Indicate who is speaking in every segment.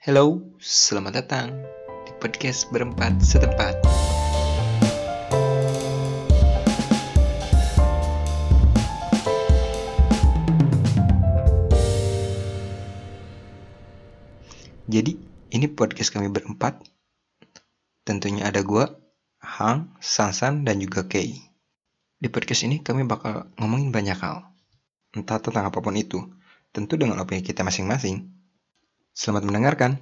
Speaker 1: Hello, selamat datang di podcast berempat setempat. Jadi, ini podcast kami berempat. Tentunya ada gua, Hang, Sansan, dan juga Kay. Di podcast ini kami bakal ngomongin banyak hal. Entah tentang apapun itu, tentu dengan opini kita masing-masing. Selamat mendengarkan.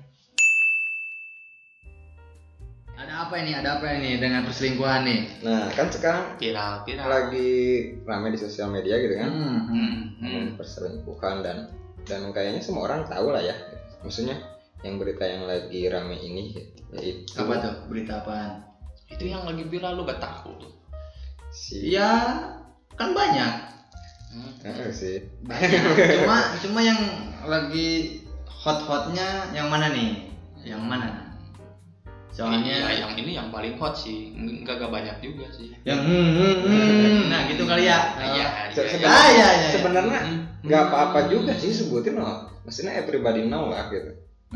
Speaker 2: Ada apa ini dengan perselingkuhan nih?
Speaker 3: Nah, kan sekarang
Speaker 2: Viral.
Speaker 3: lagi ramai di sosial media gitu kan.
Speaker 2: Hmm.
Speaker 3: Perselingkuhan dan kayaknya semua orang tahu lah ya. Maksudnya yang berita yang lagi ramai ini yaitu
Speaker 2: Apa tuh? Berita apaan?
Speaker 4: Itu yang lagi viral lu gak tahu tuh.
Speaker 2: Ya, kan banyak.
Speaker 3: sih.
Speaker 2: Banyak. Cuma yang lagi hot-hotnya yang mana nih? Yang mana? Soalnya
Speaker 4: ya, yang ini yang paling hot sih, enggak banyak juga sih.
Speaker 2: yang nah gitu kali ya.
Speaker 3: Sebenarnya nggak apa-apa juga sih sebutin loh. Maksudnya everybody know lah gitu.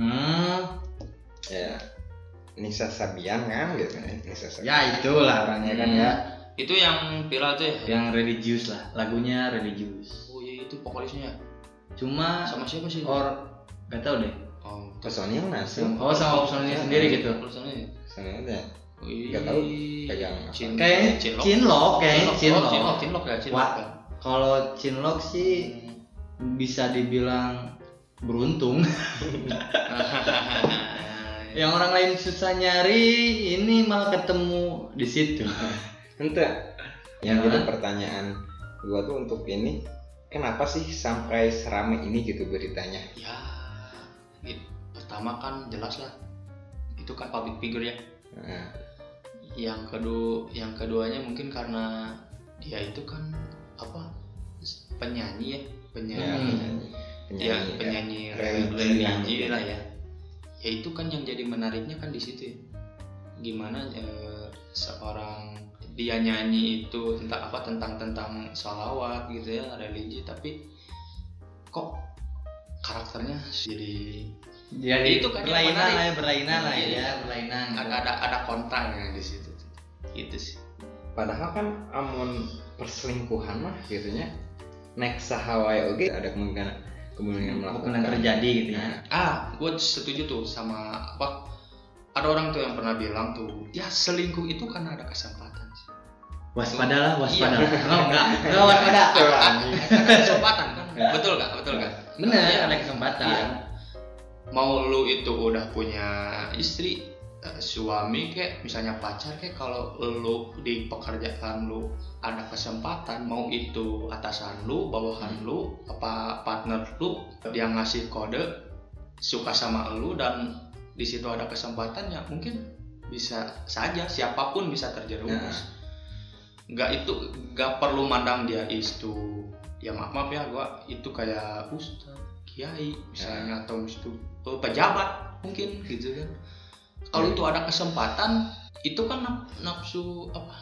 Speaker 3: Ya, Nisa Sabian kan gitu. Nisa Sabian.
Speaker 2: Ya itulah orangnya kan ya.
Speaker 4: Itu yang viral tuh ya.
Speaker 2: Yang religius lah, lagunya religius.
Speaker 4: Oh iya itu vokalisnya.
Speaker 2: Cuma
Speaker 4: Sama siapa sih?
Speaker 2: gak tau deh.
Speaker 4: Oh,
Speaker 3: Personil nasi.
Speaker 2: Oh sama personilnya sendiri gitu.
Speaker 4: Personilnya.
Speaker 3: Personilnya.
Speaker 4: Oh, iya.
Speaker 3: Nggak tahu pegang apa.
Speaker 2: Kayaknya Cinlok.
Speaker 4: Cinlok ya, Cinlok.
Speaker 2: Wah, kalau Cinlok sih bisa dibilang beruntung. Yang orang lain susah nyari, ini malah ketemu di situ.
Speaker 3: Ente. Yang jadi pertanyaan gua tuh untuk ini, kenapa sih sampai seramai ini gitu beritanya?
Speaker 4: Ya, pertama kan jelas lah. Itu kan public figure ya.
Speaker 3: Nah,
Speaker 4: Yang keduanya mungkin karena dia itu kan apa? Penyanyi ya, penyanyi religi lah ya. Ya itu kan yang jadi menariknya kan di situ ya. Gimana seorang dia nyanyi itu tentang sholawat gitu ya, religi, tapi kok karakternya jadi itu kan
Speaker 2: berlainan lah ya.
Speaker 4: ada kontranya di situ gitu sih.
Speaker 3: padahal kan amun perselingkuhan mah gitunya next sahawai oke ada kemungkinan melakukan
Speaker 2: terjadi gitu ya.
Speaker 4: Gue setuju tuh sama ada orang tuh yang pernah bilang tuh, ya selingkuh itu karena ada kesempatan sih.
Speaker 2: Waspada.
Speaker 4: Iya.
Speaker 2: Enggak waspada.
Speaker 4: Ada kesempatan kan? Betul gak?
Speaker 2: Bener,
Speaker 4: Iya.
Speaker 2: ada kesempatan.
Speaker 4: Iya. Mau lu itu udah punya istri, suami kayak misalnya pacar kayak, kalau lu di pekerjaan lu ada kesempatan, mau itu atasan lu, bawahan lu, apa partner lu, dia ngasih kode suka sama lu dan di situ ada kesempatan, ya mungkin bisa saja siapapun bisa terjerumus. Nggak perlu mandang dia itu ya maaf ya, gua itu kayak ustaz, kiai misalnya, atau itu pejabat mungkin gitu kan. Kalau itu ada kesempatan, itu kan nafsu apa?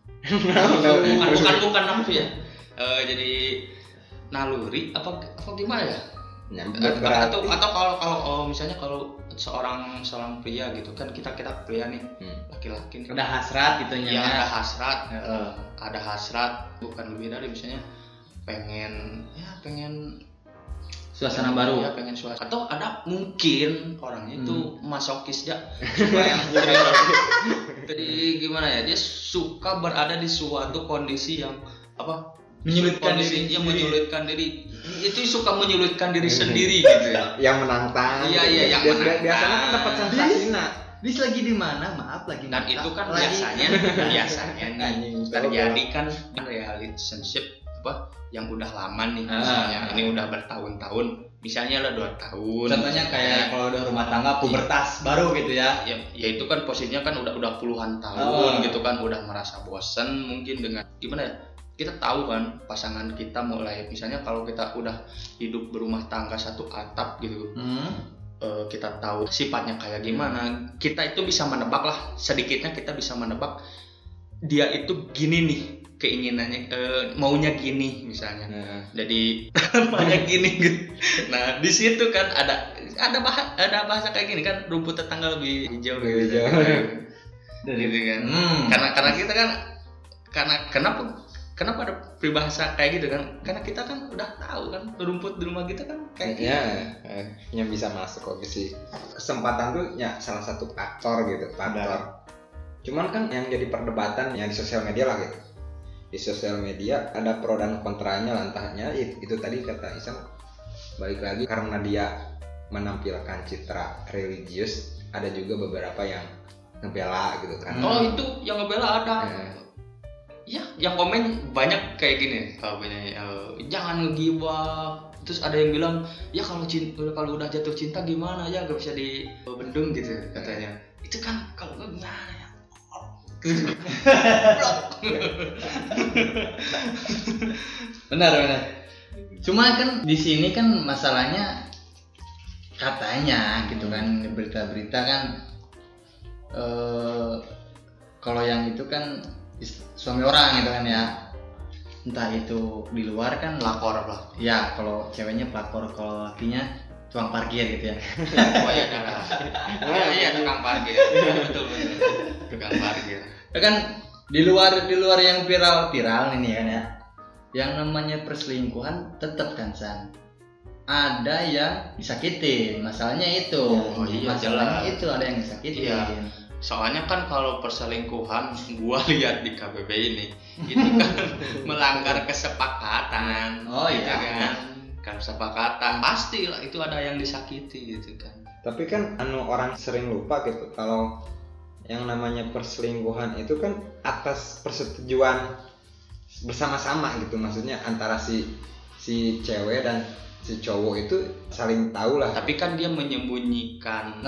Speaker 4: bukan nafsu ya. Jadi naluri apa gimana ya? Atau kalau misalnya kalau seorang pria gitu kan, kita pria nih, laki-laki nih,
Speaker 2: Ada hasrat gitu
Speaker 4: ya. Ada hasrat, bukan lebih dari misalnya pengen
Speaker 2: suasana baru.
Speaker 4: Ya, pengen suasana. Atau ada mungkin orangnya itu masokis ya, suka yang jadi gimana ya, dia suka berada di suatu kondisi yang menyulitkan diri. Itu suka menyulitkan diri sendiri gitu ya.
Speaker 3: Yang menantang.
Speaker 4: Iya, yang menantang.
Speaker 3: Biasanya kan dapat sensasi
Speaker 2: Bis lagi di mana? Maaf lagi.
Speaker 4: Dan itu kan biasanya nih terjadi kan relationship yang udah lama nih, misalnya ini udah bertahun-tahun, misalnya lah 2 tahun.
Speaker 2: Contohnya kayak kalau udah rumah tangga pubertas baru gitu ya.
Speaker 4: Ya itu kan posisinya kan udah puluhan tahun gitu kan, udah merasa bosan mungkin dengan gimana ya. Kita tahu kan pasangan kita mulai, misalnya kalau kita udah hidup berumah tangga satu atap gitu, kita tahu sifatnya kayak gimana, kita itu bisa menebak lah, sedikitnya kita bisa menebak dia itu gini nih keinginannya, maunya gini misalnya. Jadi maunya gini gitu. Nah di situ kan ada ada bahasa kayak gini kan, rumput tetangga lebih hijau
Speaker 3: Lebih
Speaker 4: gitu.
Speaker 3: hijau.
Speaker 4: Gitu kan. Karena kita kan kenapa ada peribahasa kayak gitu kan? Karena kita kan udah tahu kan rumput di rumah kita kan kayak gitu.
Speaker 3: Ya, yang bisa masuk kok sih. Kesempatan tuh ya salah satu faktor gitu, faktor. Cuman kan yang jadi perdebatan yang di sosial media lah gitu. Di sosial media ada pro dan kontranya lah, entahnya itu tadi kata Isan, balik lagi karena dia menampilkan citra religius, ada juga beberapa yang ngebela gitu kan.
Speaker 4: Oh itu yang ngebela ada. Ya, yang komen banyak kayak gini, jangan ngegibah. Terus ada yang bilang, ya kalau udah jatuh cinta gimana ya, gak bisa dibendung gitu katanya. Itu kan kalau nggak gimana ya.
Speaker 2: Benar. Cuma kan di sini kan masalahnya katanya gitu kan, berita-berita kan kalau yang itu kan suami orang gitu kan ya, entah itu di luar kan
Speaker 4: Pelakor.
Speaker 2: ya, kalau ceweknya pelakor, kalau lakinya tukang parkir gitu ya.
Speaker 4: Oh ya ada. Iya tukang parkir. Betul. Tukang parkir.
Speaker 2: Kan di luar yang viral ini kan ya, yang namanya perselingkuhan tetap kan San, ada yang disakitin, masalahnya itu.
Speaker 4: Oh, iya,
Speaker 2: masalahnya
Speaker 4: jelas.
Speaker 2: itu ada yang disakitin.
Speaker 4: Iya. Soalnya kan kalau perselingkuhan gua lihat di KBB ini itu kan melanggar kesepakatan.
Speaker 2: Oh,
Speaker 4: gitu
Speaker 2: iya.
Speaker 4: Kan kesepakatan pastilah itu ada yang disakiti gitu kan.
Speaker 3: Tapi kan orang sering lupa gitu kalau yang namanya perselingkuhan itu kan atas persetujuan bersama-sama gitu, maksudnya antara si cewek dan si cowok itu saling tahu lah.
Speaker 4: Tapi kan dia menyembunyikan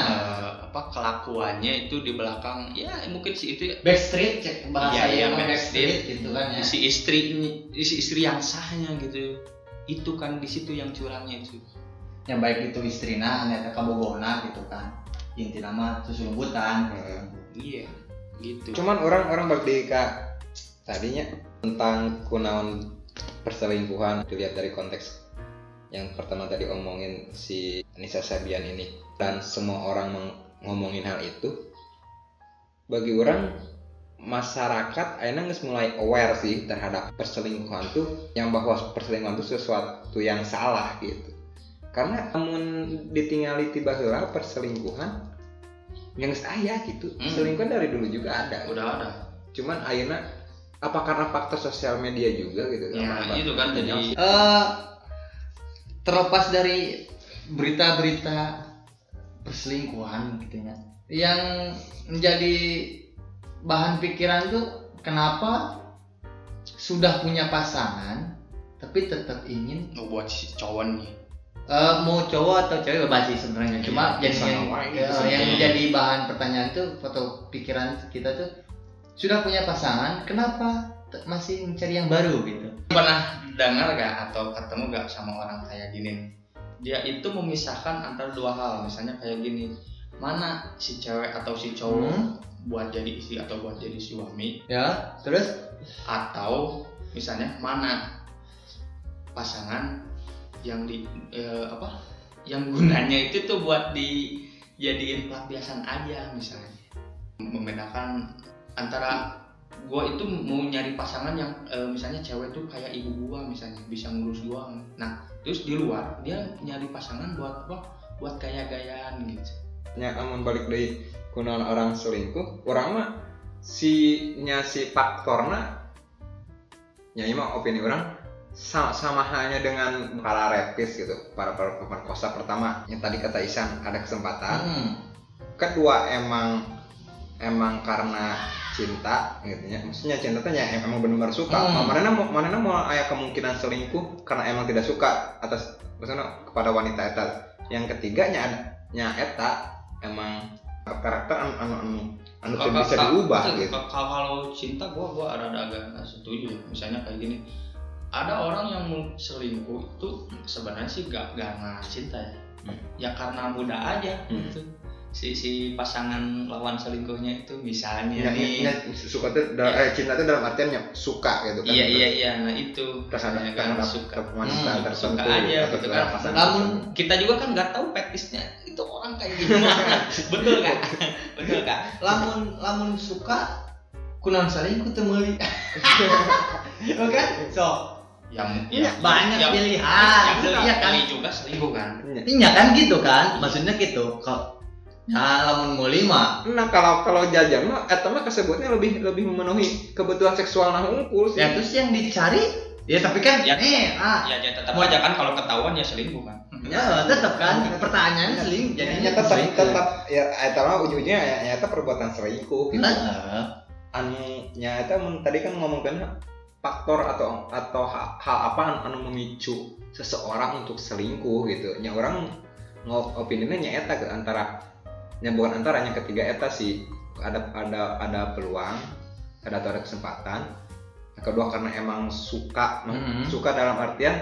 Speaker 4: kelakuannya itu di belakang, ya mungkin si itu
Speaker 2: Backstreet cek bahasa
Speaker 4: backstreet
Speaker 2: gitu kan ya.
Speaker 4: si istri yang sahnya gitu, itu kan di situ yang curangnya itu.
Speaker 2: Yang baik itu istrina anya kabogona gitu kan, inti nama susulumbutan gitu.
Speaker 4: Iya gitu.
Speaker 3: Cuman orang balik di tadinya tentang kunaon perselingkuhan, dilihat dari konteks yang pertama tadi omongin si Anissa Sabian ini, dan semua orang ngomongin hal itu. Bagi orang masyarakat akhirnya nggak mulai aware sih terhadap perselingkuhan tuh, yang bahwa perselingkuhan itu sesuatu yang salah gitu. Karena namun ditinggali tiba heula perselingkuhan yang aya gitu. Perselingkuhan dari dulu juga ada.
Speaker 4: Udah ada.
Speaker 3: Cuman akhirnya apa karena faktor sosial media juga gitu?
Speaker 4: Ya itu kan jadi
Speaker 2: terlepas dari berita-berita perselingkuhan gitu ya, yang menjadi bahan pikiran tuh kenapa sudah punya pasangan tapi tetap ingin
Speaker 4: buat si cowok nih.
Speaker 2: Mau cowok atau cewek bebas sih sebenarnya, cuma yang menjadi bahan pertanyaan tuh foto pikiran kita tuh sudah punya pasangan kenapa masih mencari yang baru gitu.
Speaker 4: Pernah dengar gak atau ketemu gak sama orang kayak gini? Dia itu memisahkan antara dua hal, misalnya kayak gini, mana si cewek atau si cowok buat jadi istri atau buat jadi suami,
Speaker 2: ya terus,
Speaker 4: atau misalnya mana pasangan yang yang gunanya itu tuh buat dijadiin pelampiasan aja misalnya. Membedakan antara gua itu mau nyari pasangan yang misalnya cewek tuh kayak ibu gua misalnya, bisa ngurus gua. Nah terus di luar dia nyari pasangan buat apa? Buat gaya-gayaan gitu.
Speaker 3: Ya amun balik dari kunaon orang selingkuh, orang mah si faktorna nyai mah opini orang sama hanya dengan para rapis gitu, para pemerkosa. Pertama yang tadi kata Isan ada kesempatan, kedua emang karena cinta gitu ya, maksudnya cinta tuh ya emang benar-benar suka. Mana mau aya kemungkinan selingkuh karena emang tidak suka atas misalnya kepada wanita eta. Yang ketiganya eta emang karakter anu tidak bisa diubah gitu.
Speaker 4: Kalau cinta gua agak setuju. Misalnya kayak gini, ada orang yang selingkuh itu sebenarnya sih gak karena cinta ya, ya karena muda aja gitu. si pasangan lawan selingkuhnya itu misalnya
Speaker 3: suka tuh cinta tuh dalam artian suka gitu kan.
Speaker 4: Iya, nah itu
Speaker 3: rasanya
Speaker 4: kan
Speaker 3: suka
Speaker 4: suka aja gitu kan. Namun kita juga kan nggak tahu petisnya itu orang kayak gimana. Betul kan? Lamun suka kunaon selingkuh teu meuli. Oke? So yang banyak pilihan. Iya kan juga selingkuh kan. Iya kan gitu kan? Maksudnya gitu. Lamun meuli mah.
Speaker 3: Nah, kalau jajan mah eta mah kesebutnya lebih memenuhi kebutuhan seksual nah unggul sih.
Speaker 2: Ya terus yang dicari ya tapi kan
Speaker 4: ya tetap aja kan kalau ketahuan ya selingkuh kan.
Speaker 2: Ya tetap kan pertanyaan selingkuh jadinya
Speaker 3: tetap ya eta mah ujung-ujungnya ya eta perbuatan selingkuh gitu. Anu nya eta tadi kan ngomongkeun faktor atau hal apa anu memicu seseorang untuk selingkuh gitu. Nya orang opininya nya eta antara bukan antaranya ketiga eta sih ada peluang, ada kesempatan. Yang kedua karena emang suka dalam artian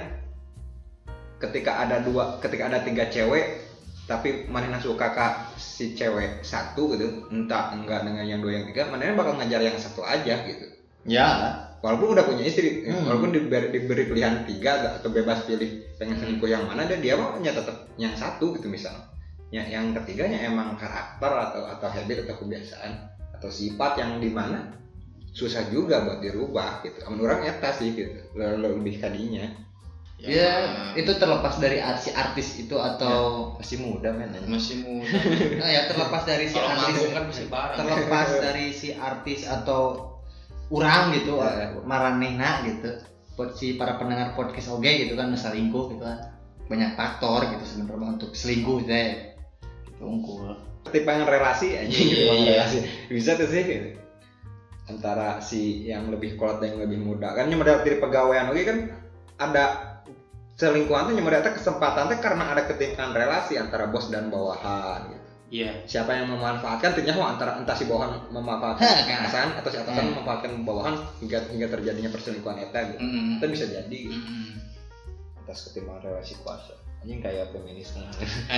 Speaker 3: ketika ada 3 cewek tapi manehna suka ka si cewek satu gitu, entah enggak dengan yang 2 yang 3, manehna bakal ngajar yang satu aja gitu.
Speaker 2: Ya,
Speaker 3: walaupun udah punya istri, walaupun diberi pilihan 3 atau bebas pilih pengen selingkuh yang mana, dan dia mah tetap yang satu gitu misalnya. Yang ketiganya emang karakter atau habit atau kebiasaan atau sifat yang dimana susah juga buat dirubah gitu. Menurut orang eta sih gitu, lebih kadinya.
Speaker 2: Ya, itu terlepas dari si artis itu atau
Speaker 3: masih muda men.
Speaker 4: Masih muda.
Speaker 2: Nah ya terlepas dari si artis
Speaker 4: kan masih bareng.
Speaker 2: Terlepas dari si artis atau urang gitu, maranehna gitu. Buat si para pendengar podcast oge gitu kan selingkuh gitu kan. Banyak faktor gitu sebenarnya untuk selingkuh teh. Unggul.
Speaker 3: Ketipangan relasi aja relasi. Bisa tuh sih gitu. Antara si yang lebih kolot dan yang lebih muda. Kan nyemedal diri pegawaian oke kan ada selingkuhan tuh nyemedal kesempatan tuh karena ada ketimpangan relasi antara bos dan bawahan gitu.
Speaker 4: Iya.
Speaker 3: Siapa yang memanfaatkan ternyata antara entah si bawahan memanfaatkan atasan atau si atasan memanfaatkan bawahan hingga terjadinya perselingkuhan eta gitu. Itu bisa jadi gitu. Atas ketimpangan relasi kuasa. Anjing kayak feminis kan.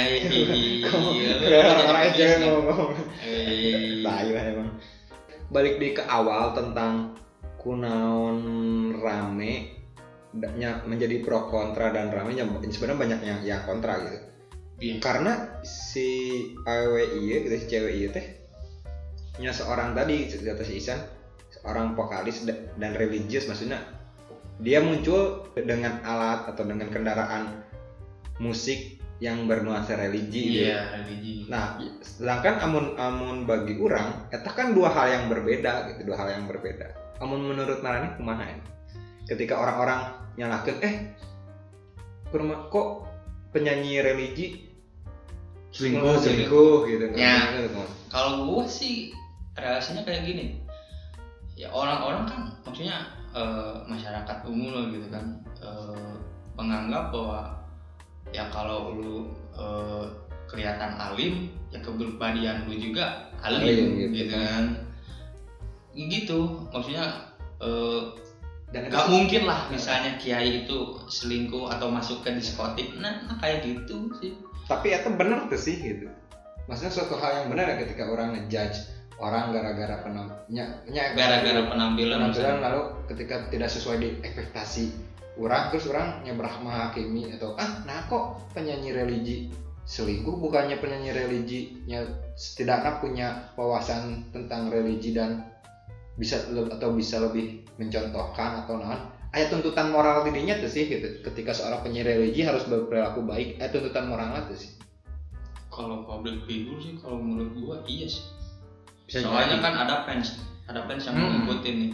Speaker 3: Orang aja ngomong. Bayu emang. Balik di ke awal tentang kunaon rame menjadi pro kontra dan rame sebenarnya banyak yang kontra gitu.
Speaker 4: Iya.
Speaker 3: Karena si AWI gitu si cewek itu teh nya seorang tadi kata si Isan seorang vokalis dan religius, maksudnya dia muncul dengan alat atau dengan kendaraan musik yang bernuansa religi.
Speaker 4: Iya, religi.
Speaker 3: Nah, sedangkan amun bagi orang eta kan dua hal yang berbeda gitu, Amun menurut Marani kumaha ya? Ketika orang-orang nyalakeun kok penyanyi religi selingkuh gitu.
Speaker 4: Ya. Kalau gua sih relasinya kayak gini. Ya orang-orang kan maksudnya masyarakat umum gitu kan menganggap bahwa ya kalau lu kelihatan alim, ya kepribadian lu juga alim gitu kan. Gitu, maksudnya dan gak mungkin lah misalnya kiai itu selingkuh atau masuk ke diskotik, nah kayak gitu sih.
Speaker 3: Tapi itu benar tuh sih gitu. Maksudnya suatu hal yang benar ya ketika orang ngejudge orang gara-gara penampilan lalu ketika tidak sesuai di ekspektasi orang, terus orang nyebrah menghakimi atau nah kok penyanyi religi selingkuh, bukannya penyanyi religinya setidaknya punya wawasan tentang religi dan bisa lebih mencontohkan atau ayat tuntutan moral dirinya tuh sih gitu. Ketika seorang penyanyi religi harus berperilaku baik, tuntutan moralnya tuh sih.
Speaker 4: Kalau public figure sih kalau menurut gua iya sih. Soalnya kan ada fans yang mengikutin nih.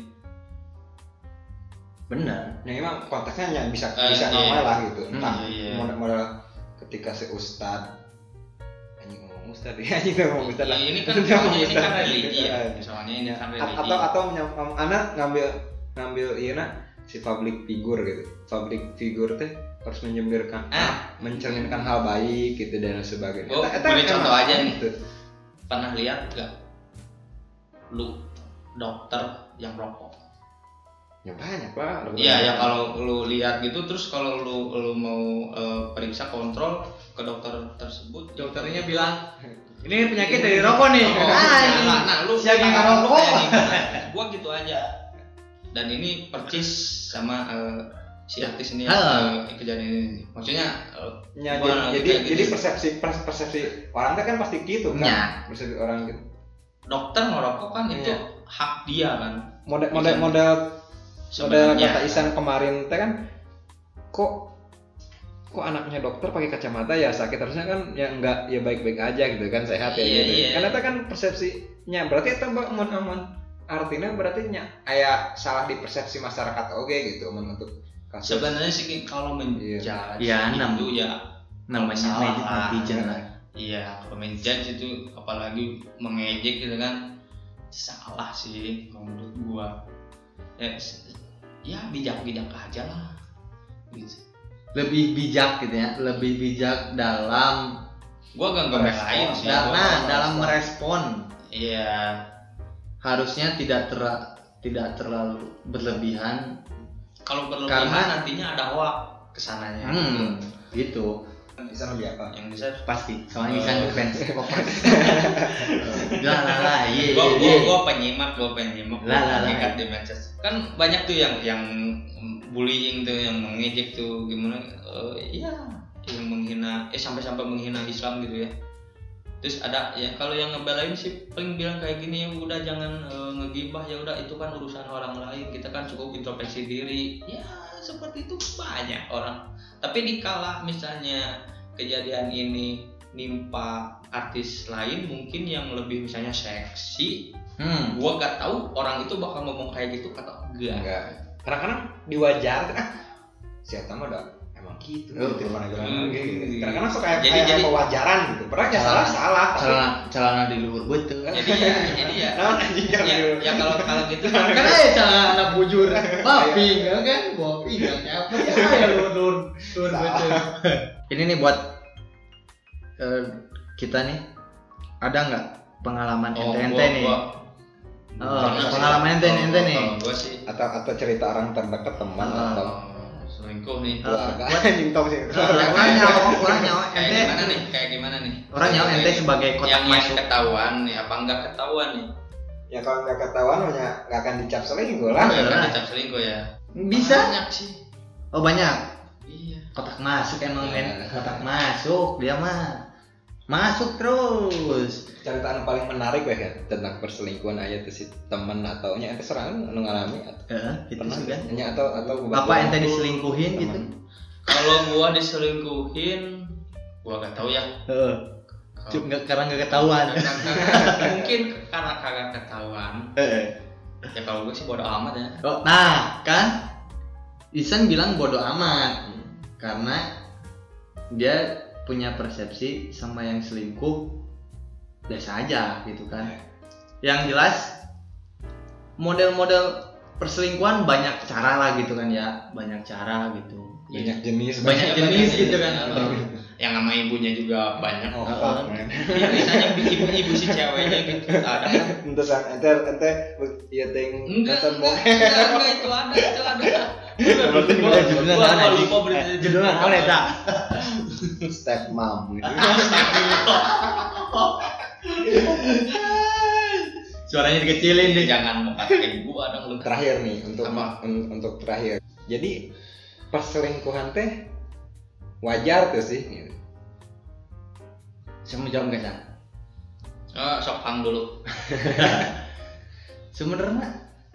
Speaker 2: Benar.
Speaker 3: Nah emang konteksnya bisa normal lah gitu. Entah modal ketika si ustad ngomong ustad lah.
Speaker 4: Ini kan religi ya. Soalnya ini kan religi.
Speaker 3: Atau anak ngambil si public figure gitu. Public figure teh harus mencerminkan hal baik gitu dan sebagainya.
Speaker 4: Boleh contoh aja nih. Gitu. Pernah lihat gak lu dokter yang rokok?
Speaker 3: Ya banyak lah.
Speaker 4: Iya ya, kalau lu lihat gitu, terus kalau lu mau periksa kontrol ke dokter tersebut,
Speaker 2: dokternya bilang ini penyakit dari rokok nih.
Speaker 4: Nah, lu
Speaker 2: siapa yang ngerokok?
Speaker 4: Gua gitu aja. Dan ini percis sama si artis ini kejadian ini. Maksudnya
Speaker 3: Ya,
Speaker 4: gua
Speaker 3: jadi
Speaker 4: gitu.
Speaker 3: persepsi orang teh kan pasti gitu kan.
Speaker 2: Ya.
Speaker 3: Persepsi orang gitu.
Speaker 4: Dokter ngerokok kan itu
Speaker 3: Iya.
Speaker 4: hak dia kan.
Speaker 3: Model
Speaker 4: Sebenarnya.
Speaker 3: kata Isan kemarin teh kan kok anaknya dokter pakai kacamata ya sakit, harusnya kan ya enggak, ya baik-baik aja gitu kan, sehat ya
Speaker 4: Iya,
Speaker 3: gitu.
Speaker 4: iya.
Speaker 3: Karena itu kan persepsinya, berarti itu amun artinya berarti aya salah di persepsi masyarakat oke gitu untuk kasus.
Speaker 4: Sebenarnya sih kalau menjudge
Speaker 2: Iya,
Speaker 4: itu ya
Speaker 2: namanya
Speaker 4: masalah.
Speaker 2: netizen lah.
Speaker 4: Iya, kalau menjudge itu apalagi mengejek gitu kan salah sih kalau menurut gua. Ya bijak-bijak aja lah. Gitu.
Speaker 2: Lebih bijak gitu ya, lebih bijak dalam
Speaker 4: Gua gak ngebelain sih.
Speaker 2: dalam merespon.
Speaker 4: Iya.
Speaker 2: Harusnya tidak terlalu berlebihan.
Speaker 4: Kalau berlebihan
Speaker 2: Karena-
Speaker 4: nantinya ada hoak kesananya.
Speaker 2: Gitu.
Speaker 3: Bisa lebih apa?
Speaker 4: Yang bisa
Speaker 2: Pasti. Soalnya Isan fans Popers. Lah, iya.
Speaker 4: gua penyimak
Speaker 2: Lah.
Speaker 4: hakikat di medsos. Kan banyak tuh yang bullying tuh, yang mengejek tuh gimana ya yang menghina sampai menghina Islam gitu ya. Terus ada ya kalau yang ngebelain sih paling bilang kayak gini, ya udah jangan ngegibah, ya udah itu kan urusan orang lain, kita kan cukup introspeksi diri. Ya seperti itu banyak orang. Tapi dikala misalnya kejadian ini nimpa artis lain mungkin yang lebih misalnya seksi, gua gak tahu orang itu bakal ngomong kayak gitu atau enggak.
Speaker 3: Enggak. Kadang-kadang diwajarkan siapa mah udah emang gitu gitu mana-mana gitu. Kadang-kadang suka kayak pewajaran gitu. Padahal ya salah tapi
Speaker 2: celana di luhur betul.
Speaker 4: Jadi ya
Speaker 3: naon anjing kan gitu.
Speaker 4: ya kalau gitu
Speaker 2: Kan celana bujur. Bapi kan? Bapi enggak apa ya luhur betul. Ini nih buat kita nih, ada nggak pengalaman ente nih? Pengalaman ente nih.
Speaker 4: Gua sih
Speaker 3: Atau cerita orang terdekat teman atau
Speaker 4: selingkuh nih.
Speaker 3: keluarga anjing tau sih.
Speaker 2: Orang nyawa ente.
Speaker 4: Kayak gimana nih?
Speaker 2: Orang nyawa ente sebagai kotak
Speaker 4: yang
Speaker 2: masuk.
Speaker 4: ketahuan nih apa enggak ketahuan nih?
Speaker 3: Ya kalau nggak ketahuan nggak akan dicap selingkuh lah.
Speaker 4: Kan dicap selingkuh ya.
Speaker 2: Bisa?
Speaker 4: Banyak sih.
Speaker 2: Oh banyak.
Speaker 4: Iya.
Speaker 2: Kotak masuk emang
Speaker 3: Ya.
Speaker 2: kotak masuk dia mah. Masuk terus.
Speaker 3: Cerita paling menarik ya tentang perselingkuhan aja tuh si temen atau nya ente serangan anu ngalami
Speaker 2: Itu
Speaker 3: pernah
Speaker 2: sih kan.
Speaker 3: nya atau
Speaker 2: Apa ente diselingkuhin gitu?
Speaker 4: Kalau gua diselingkuhin, gua gak tahu ya.
Speaker 2: Heeh. Karena nggak ketahuan.
Speaker 4: Mungkin karena kagak ketahuan. Ya kalau gue sih bodo amat ya.
Speaker 2: Oh, nah kan Isan bilang bodo amat karena dia punya persepsi sama yang selingkuh biasa aja gitu kan. Yang jelas model-model perselingkuhan banyak cara lah gitu kan ya, banyak cara gitu.
Speaker 3: banyak jenis
Speaker 2: Banyak jenis gitu kan.
Speaker 4: Yang sama ibunya juga banyak.
Speaker 3: Oh, men.
Speaker 4: Iya, misalnya ibu si ceweknya gitu ada.
Speaker 3: Terus ente ya ting
Speaker 4: Enggak itu ada.
Speaker 2: Berarti
Speaker 4: Gua
Speaker 2: judulnya
Speaker 4: lupa
Speaker 2: naon?
Speaker 4: berita
Speaker 2: Judulnya naon eta?
Speaker 3: step mom gitu.
Speaker 2: Suaranya dikecilin nih.
Speaker 4: Jangan mengatakan gua dong lu.
Speaker 3: Terakhir nih untuk
Speaker 4: Apa?
Speaker 3: untuk terakhir. Jadi perselingkuhan teh wajar tuh sih gitu.
Speaker 2: Saya mau jawab nggak San?
Speaker 4: Sok hang dulu.
Speaker 2: Sebenarnya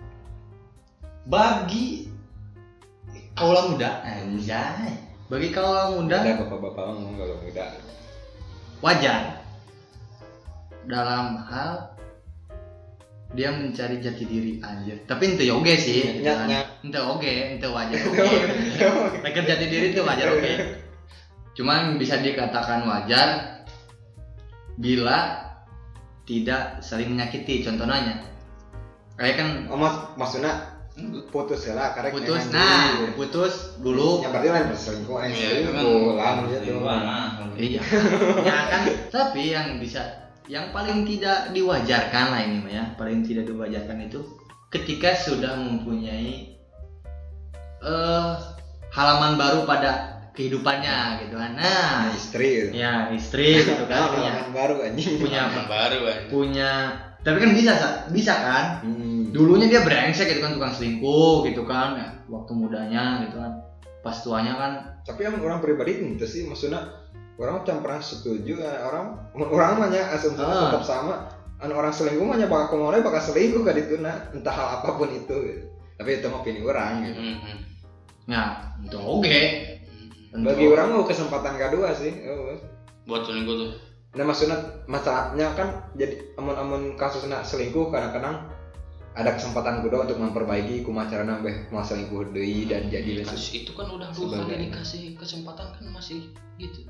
Speaker 2: bagi kaula muda, anjay. Bagi kaula muda
Speaker 3: Ada bapak-bapak ngomong kalau udah
Speaker 2: wajar dalam hal dia mencari jati diri anjir. Tapi ente oge sih, gitu kan. Ente oge, ente wajar oge. Mereka jati diri itu wajar oge. Cuman bisa dikatakan wajar bila tidak saling menyakiti. Contohnya kayak kan
Speaker 3: maksudnya putus ya lah karek
Speaker 2: putus,
Speaker 3: nengan dulu.
Speaker 2: putus dulu.
Speaker 3: Ya berarti lain perselingkuhan
Speaker 4: Iya,
Speaker 3: selingkuh lah gitu.
Speaker 2: Iya. Ya kan, tapi yang paling tidak diwajarkan lah ini ya, paling tidak diwajarkan itu ketika sudah mempunyai halaman baru pada kehidupannya gitu kan.
Speaker 3: Nah, istri gitu.
Speaker 2: Ya istri gitu kan,
Speaker 3: Orang baru anjing.
Speaker 2: punya, tapi kan bisa kan. Dulunya dia brengsek gitu kan, tukang selingkuh gitu kan, ya, waktu mudanya gitu kan. Pas tuanya kan.
Speaker 3: Tapi yang orang pribadi itu sih, maksudnya orang macam pernah setuju orang banyak asumsi tetap sama. Orang selingkuh mah bakal kemana bakal selingkuh kan itu entah hal apapun itu gitu. Tapi itu mah opini orang gitu.
Speaker 2: Nah, itu oke.
Speaker 3: Bagi orang mau kesempatan kedua sih.
Speaker 4: Buat selingkuh tuh.
Speaker 3: Nah maksudnya masalahnya kan jadi amun kasusnya selingkuh kadang-kadang ada kesempatan kedua untuk memperbaiki kumaha carana mau selingkuh deui dan jadi
Speaker 4: kasus itu kan udah 2 kali dikasih kesempatan kan masih gitu.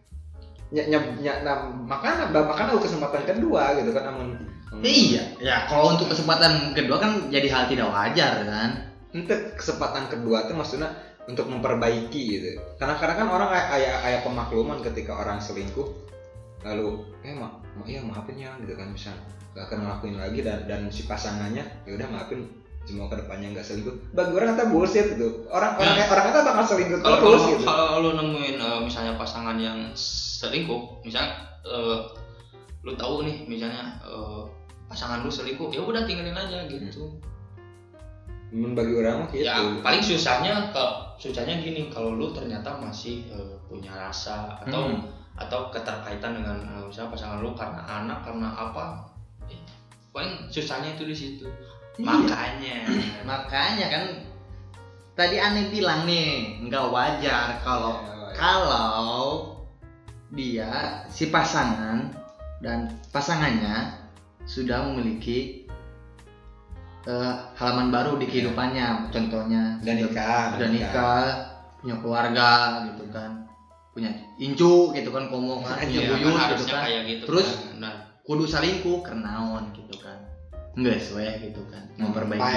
Speaker 3: Makanya kesempatan kedua gitu kan
Speaker 2: Iya, ya kalau untuk kesempatan kedua kan jadi hal tidak wajar kan.
Speaker 3: Untuk kesempatan kedua tuh maksudnya untuk memperbaiki gitu. Karena kadang kan orang kayak pemakluman ketika orang selingkuh lalu maafin ya gitu kan, misal gak akan ngelakuin lagi dan si pasangannya ya udah maafin, semoga kedepannya nggak selingkuh. Bagi orang kata bullshit gitu. Orang kata bakal selingkuh terus gitu.
Speaker 4: Kalau lu nemuin misalnya pasangan yang selingkuh, misalnya lu tahu nih misalnya pasangan lu selingkuh, ya udah tinggalin aja gitu.
Speaker 3: Bagi orang mah gitu.
Speaker 4: Ya paling susahnya gini, kalau lu ternyata masih punya rasa atau keterkaitan dengan misalnya pasangan lu karena anak, karena apa, paling susahnya itu di situ.
Speaker 2: Iya. Makanya kan tadi aneh bilang nih nggak wajar kalau dia si pasangan dan pasangannya sudah memiliki halaman baru di kehidupannya, contohnya udah nikah, punya keluarga gitu kan, punya incu gitu kan, komo kan, punya buyut gitu kan,
Speaker 4: gitu
Speaker 2: terus
Speaker 4: kan.
Speaker 2: kudu salingkuh kenaon gitu kan, nggak sesuai gitu kan, memperbaiki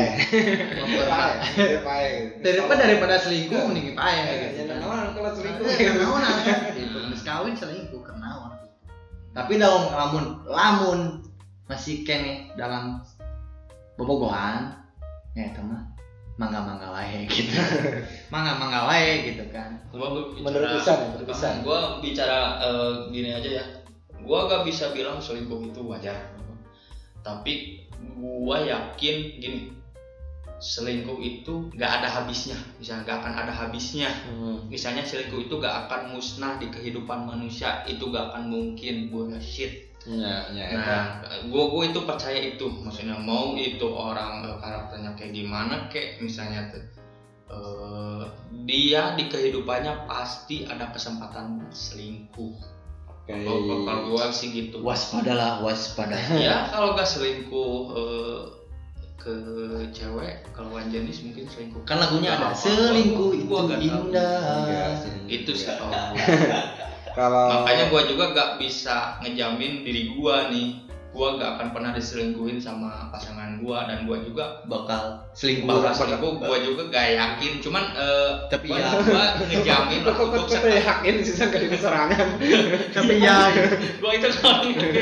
Speaker 2: daripada selingkuh mending pae gitu kan.
Speaker 3: Kalau selingkuh
Speaker 2: Kenaon gitu, geus kawin selingkuh kenaon. Tapi lamun masih kene dalam bobogohan ya itu mah mangga wae gitu. mangga wae gitu kan.
Speaker 3: Menurut pisan.
Speaker 4: Gua bicara gini aja ya. Gua gak bisa bilang selingkuh itu wajar. Tapi gua yakin gini, selingkuh itu gak ada habisnya, misalnya gak akan ada habisnya. Misalnya selingkuh itu gak akan musnah di kehidupan manusia, itu gak akan mungkin, bullshit. Nah, gue itu percaya itu, maksudnya mau itu orang karakternya kayak gimana, kayak misalnya dia di kehidupannya pasti ada kesempatan selingkuh. Kalau gue sih gitu.
Speaker 2: Waspada.
Speaker 4: Ya kalau gak selingkuh ke cewek, kalau lawan jenis mungkin selingkuh.
Speaker 2: Kan lagunya ada selingkuh itu indah.
Speaker 4: Itu sih
Speaker 3: kalau
Speaker 4: makanya gue juga gak bisa ngejamin diri gue nih, gue gak akan pernah diselingkuhin sama pasangan gue, dan gue juga
Speaker 2: bakal selingkuh.
Speaker 4: Gue juga gak yakin, cuman
Speaker 2: tapi
Speaker 4: gue ngejamin
Speaker 3: lah untuk yakin sih sang kali serangan.
Speaker 2: Tapi ya
Speaker 4: gue itu kalau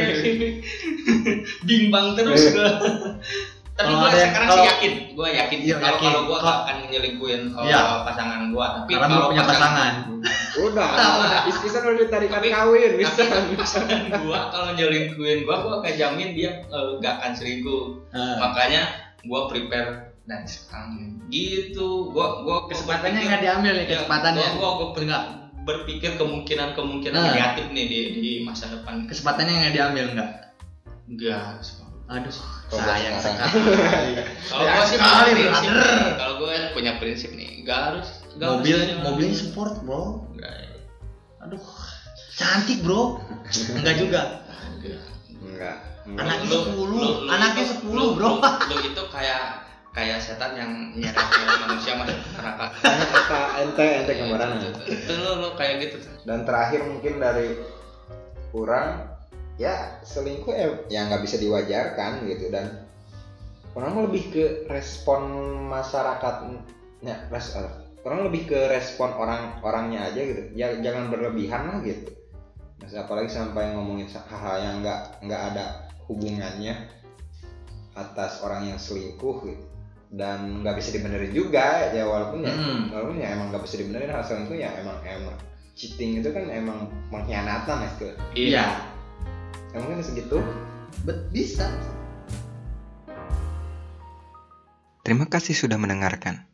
Speaker 4: bimbang terus gue. Tapi gue sekarang sih yakin kalau gue gak akan nyelingkuhin pasangan gue. Tapi
Speaker 2: kalau punya pasangan
Speaker 3: udah istilah udah ditarikan kawin bisa.
Speaker 4: Pasangan gue kalau nyelingkuhin gue gak jamin dia gak akan selingkuh. Makanya gue prepare dari sekarang gitu. Gue
Speaker 2: kesempatannya nggak diambil nih, kesempatannya.
Speaker 4: Gue berpikir kemungkinan negatif nih di masa depan.
Speaker 2: Kesempatannya nggak diambil Nggak. Aduh, sayang sekali.
Speaker 4: Kalau gue sih punya prinsip nih. Kalau gue punya prinsip nih, gak harus.
Speaker 2: Mobilnya sport bro. Aduh, cantik bro. Enggak juga.
Speaker 3: Enggak.
Speaker 2: Anaknya 10 bro.
Speaker 4: Lu itu kayak setan yang nyeret manusia masuk neraka.
Speaker 3: Ente gambaran.
Speaker 4: Itu lu kayak gitu.
Speaker 3: Dan terakhir mungkin dari orang, ya selingkuh ya nggak bisa diwajarkan gitu, dan orang lebih ke respon masyarakatnya, orang lebih ke respon orangnya aja gitu, ya jangan berlebihan lah gitu. Apalagi sampai ngomongin hal-hal yang nggak ada hubungannya atas orang yang selingkuh gitu. dan nggak bisa dibenerin juga ya, walaupun ya emang nggak bisa dibenerin hal selingkuh ya, emang cheating itu kan emang pengkhianatan mas tuh.
Speaker 2: Iya.
Speaker 3: Emang kan segitu.
Speaker 2: Bisa.
Speaker 1: Terima kasih sudah mendengarkan.